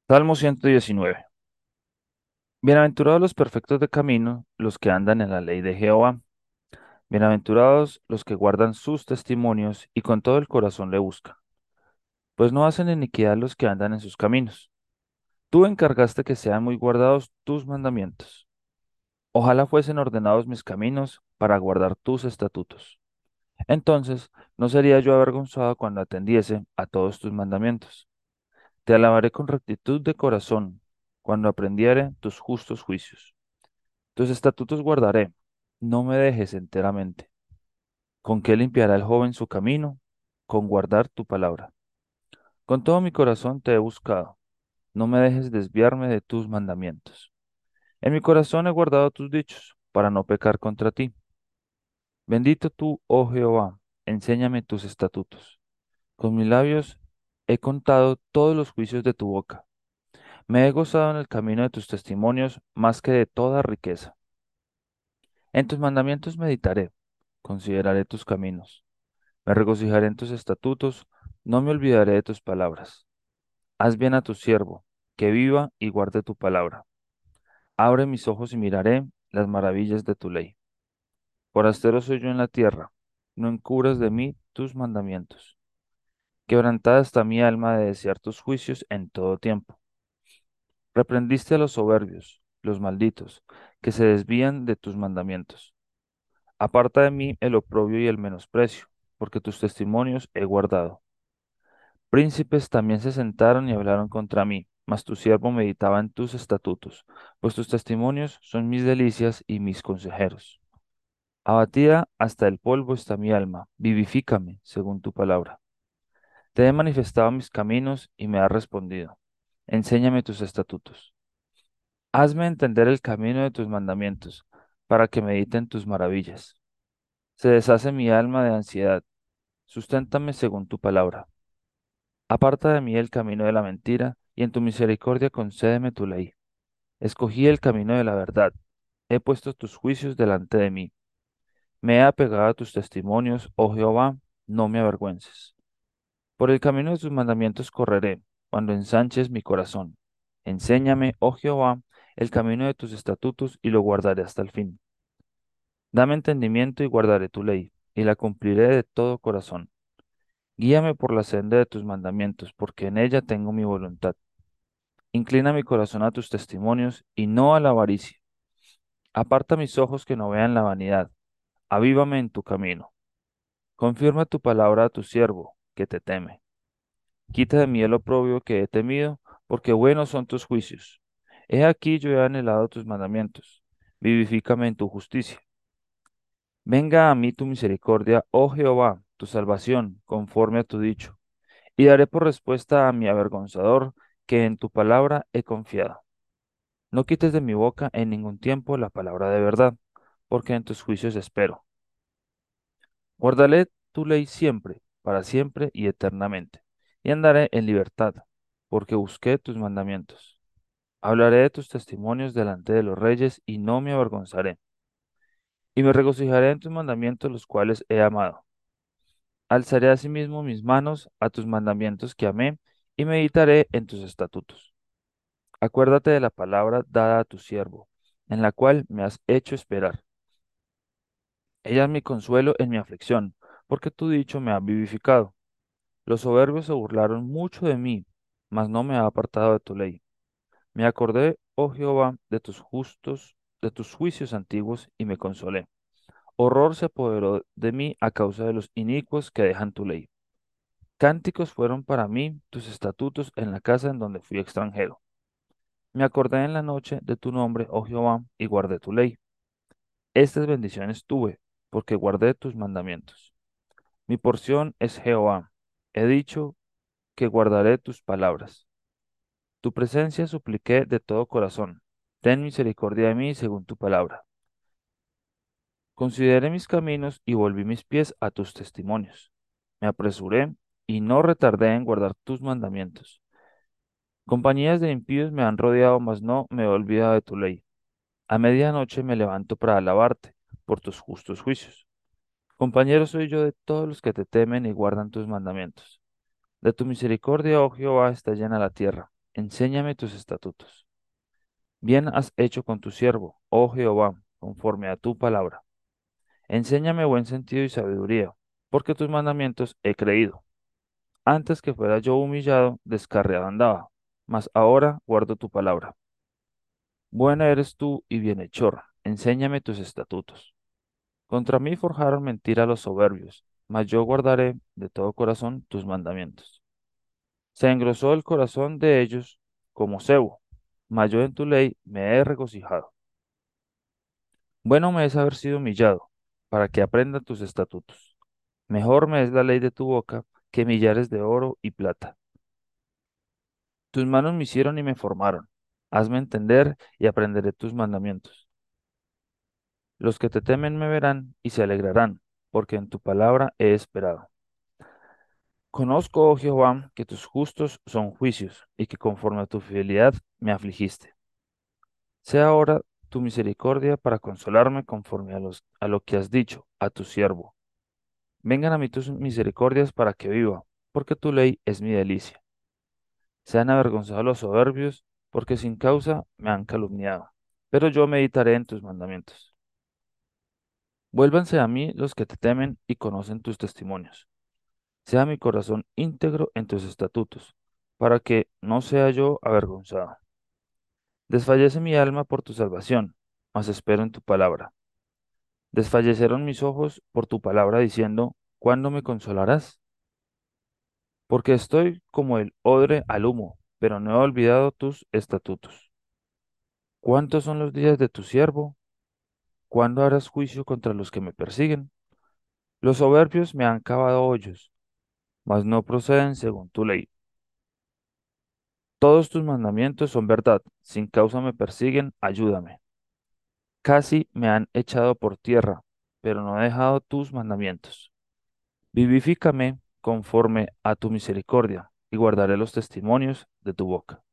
Salmo 119. Bienaventurados los perfectos de camino, los que andan en la ley de Jehová. Bienaventurados los que guardan sus testimonios y con todo el corazón le buscan, pues no hacen iniquidad los que andan en sus caminos. Tú encargaste que sean muy guardados tus mandamientos. Ojalá fuesen ordenados mis caminos para guardar tus estatutos. Entonces no sería yo avergonzado cuando atendiese a todos tus mandamientos. Te alabaré con rectitud de corazón cuando aprendiere tus justos juicios. Tus estatutos guardaré, no me dejes enteramente. ¿Con qué limpiará el joven su camino? Con guardar tu palabra. Con todo mi corazón te he buscado, no me dejes desviarme de tus mandamientos. En mi corazón he guardado tus dichos, para no pecar contra ti. Bendito tú, oh Jehová, enséñame tus estatutos. Con mis labios he contado todos los juicios de tu boca. Me he gozado en el camino de tus testimonios más que de toda riqueza. En tus mandamientos meditaré, consideraré tus caminos. Me regocijaré en tus estatutos, no me olvidaré de tus palabras. Haz bien a tu siervo, que viva y guarde tu palabra. Abre mis ojos y miraré las maravillas de tu ley. Forastero soy yo en la tierra, no encubras de mí tus mandamientos. Quebrantada está mi alma de desear tus juicios en todo tiempo. Reprendiste a los soberbios, los malditos, que se desvían de tus mandamientos. Aparta de mí el oprobio y el menosprecio, porque tus testimonios he guardado. Príncipes también se sentaron y hablaron contra mí, mas tu siervo meditaba en tus estatutos, pues tus testimonios son mis delicias y mis consejeros. Abatida hasta el polvo está mi alma, vivifícame según tu palabra. Te he manifestado mis caminos y me has respondido. Enséñame tus estatutos. Hazme entender el camino de tus mandamientos, para que medite en tus maravillas. Se deshace mi alma de ansiedad, susténtame según tu palabra. Aparta de mí el camino de la mentira, y en tu misericordia concédeme tu ley. Escogí el camino de la verdad, he puesto tus juicios delante de mí. Me he apegado a tus testimonios, oh Jehová, no me avergüences. Por el camino de tus mandamientos correré, cuando ensanches mi corazón. Enséñame, oh Jehová, el camino de tus estatutos, y lo guardaré hasta el fin. Dame entendimiento y guardaré tu ley, y la cumpliré de todo corazón. Guíame por la senda de tus mandamientos, porque en ella tengo mi voluntad. Inclina mi corazón a tus testimonios y no a la avaricia. Aparta mis ojos que no vean la vanidad. Avívame en tu camino. Confirma tu palabra a tu siervo, que te teme. Quita de mí el oprobio que he temido, porque buenos son tus juicios. He aquí yo he anhelado tus mandamientos. Vivifícame en tu justicia. Venga a mí tu misericordia, oh Jehová, tu salvación, conforme a tu dicho. Y daré por respuesta a mi avergonzador, que en tu palabra he confiado. No quites de mi boca en ningún tiempo la palabra de verdad, porque en tus juicios espero. Guardaré tu ley siempre, para siempre y eternamente, y andaré en libertad, porque busqué tus mandamientos. Hablaré de tus testimonios delante de los reyes y no me avergonzaré, y me regocijaré en tus mandamientos los cuales he amado. Alzaré asimismo mis manos a tus mandamientos que amé, y meditaré en tus estatutos. Acuérdate de la palabra dada a tu siervo, en la cual me has hecho esperar. Ella es mi consuelo en mi aflicción, porque tu dicho me ha vivificado. Los soberbios se burlaron mucho de mí, mas no me ha apartado de tu ley. Me acordé, oh Jehová, de tus justos, de tus juicios antiguos, y me consolé. Horror se apoderó de mí a causa de los inicuos que dejan tu ley. Cánticos fueron para mí tus estatutos en la casa en donde fui extranjero. Me acordé en la noche de tu nombre, oh Jehová, y guardé tu ley. Estas bendiciones tuve, porque guardé tus mandamientos. Mi porción es Jehová. He dicho que guardaré tus palabras. Tu presencia supliqué de todo corazón. Ten misericordia de mí según tu palabra. Consideré mis caminos y volví mis pies a tus testimonios. Me apresuré y no retardé en guardar tus mandamientos. Compañías de impíos me han rodeado, mas no me he olvidado de tu ley. A medianoche me levanto para alabarte por tus justos juicios. Compañero soy yo de todos los que te temen y guardan tus mandamientos. De tu misericordia, oh Jehová, está llena la tierra. enséñame tus estatutos. Bien has hecho con tu siervo, oh Jehová, conforme a tu palabra. Enséñame buen sentido y sabiduría, porque tus mandamientos he creído. Antes que fuera yo humillado, descarriado andaba, mas ahora guardo tu palabra. Buena eres tú y bienhechor, enséñame tus estatutos. Contra mí forjaron mentira los soberbios, mas yo guardaré de todo corazón tus mandamientos. Se engrosó el corazón de ellos como cebo, mas yo en tu ley me he regocijado. Bueno me es haber sido humillado, para que aprenda tus estatutos. Mejor me es la ley de tu boca que millares de oro y plata. Tus manos me hicieron y me formaron. Hazme entender y aprenderé tus mandamientos. Los que te temen me verán y se alegrarán, porque en tu palabra he esperado. Conozco, oh Jehová, que tus justos son juicios y que conforme a tu fidelidad me afligiste. Sea ahora tu misericordia para consolarme conforme a lo que has dicho a tu siervo. Vengan a mí tus misericordias para que viva, porque tu ley es mi delicia. Sean avergonzados los soberbios, porque sin causa me han calumniado. Pero yo meditaré en tus mandamientos. Vuélvanse a mí los que te temen y conocen tus testimonios. Sea mi corazón íntegro en tus estatutos, para que no sea yo avergonzado. Desfallece mi alma por tu salvación, mas espero en tu palabra. Desfallecieron mis ojos por tu palabra diciendo, ¿cuándo me consolarás? Porque estoy como el odre al humo, pero no he olvidado tus estatutos. ¿Cuántos son los días de tu siervo? ¿Cuándo harás juicio contra los que me persiguen? Los soberbios me han cavado hoyos, mas no proceden según tu ley. Todos tus mandamientos son verdad, sin causa me persiguen, ayúdame. Casi me han echado por tierra, pero no he dejado tus mandamientos. Vivifícame conforme a tu misericordia, y guardaré los testimonios de tu boca.